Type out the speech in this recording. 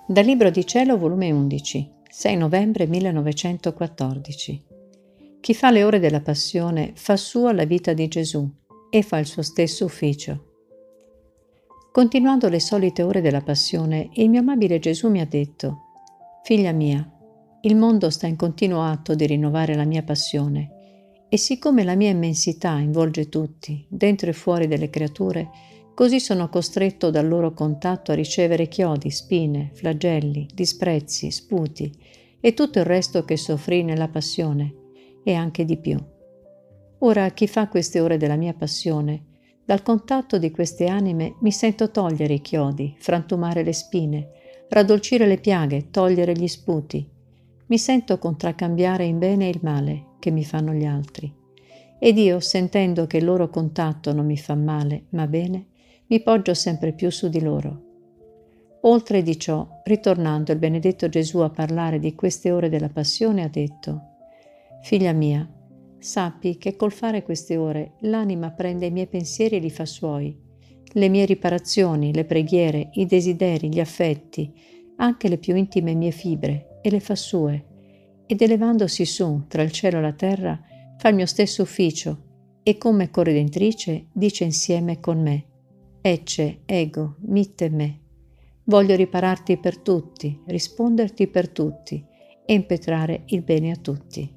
Dal Libro di Cielo, volume 11, 6 novembre 1914. Chi fa le ore della Passione fa sua la vita di Gesù e fa il suo stesso ufficio. Continuando le solite ore della Passione, il mio amabile Gesù mi ha detto: «Figlia mia, il mondo sta in continuo atto di rinnovare la mia passione, e siccome la mia immensità involge tutti, dentro e fuori delle creature, così sono costretto dal loro contatto a ricevere chiodi, spine, flagelli, disprezzi, sputi e tutto il resto che soffrì nella passione, e anche di più. Ora chi fa queste ore della mia passione, dal contatto di queste anime mi sento togliere i chiodi, frantumare le spine, raddolcire le piaghe, togliere gli sputi. Mi sento contraccambiare in bene il male che mi fanno gli altri. Ed io, sentendo che il loro contatto non mi fa male, ma bene, mi poggio sempre più su di loro. Oltre di ciò, ritornando il benedetto Gesù a parlare di queste ore della Passione, ha detto: «Figlia mia, sappi che col fare queste ore l'anima prende i miei pensieri e li fa suoi, le mie riparazioni, le preghiere, i desideri, gli affetti, anche le più intime mie fibre, e le fa sue, ed elevandosi su tra il cielo e la terra fa il mio stesso ufficio, e come corredentrice dice insieme con me: Ecce, ego, mitte me. Voglio ripararti per tutti, risponderti per tutti e impetrare il bene a tutti».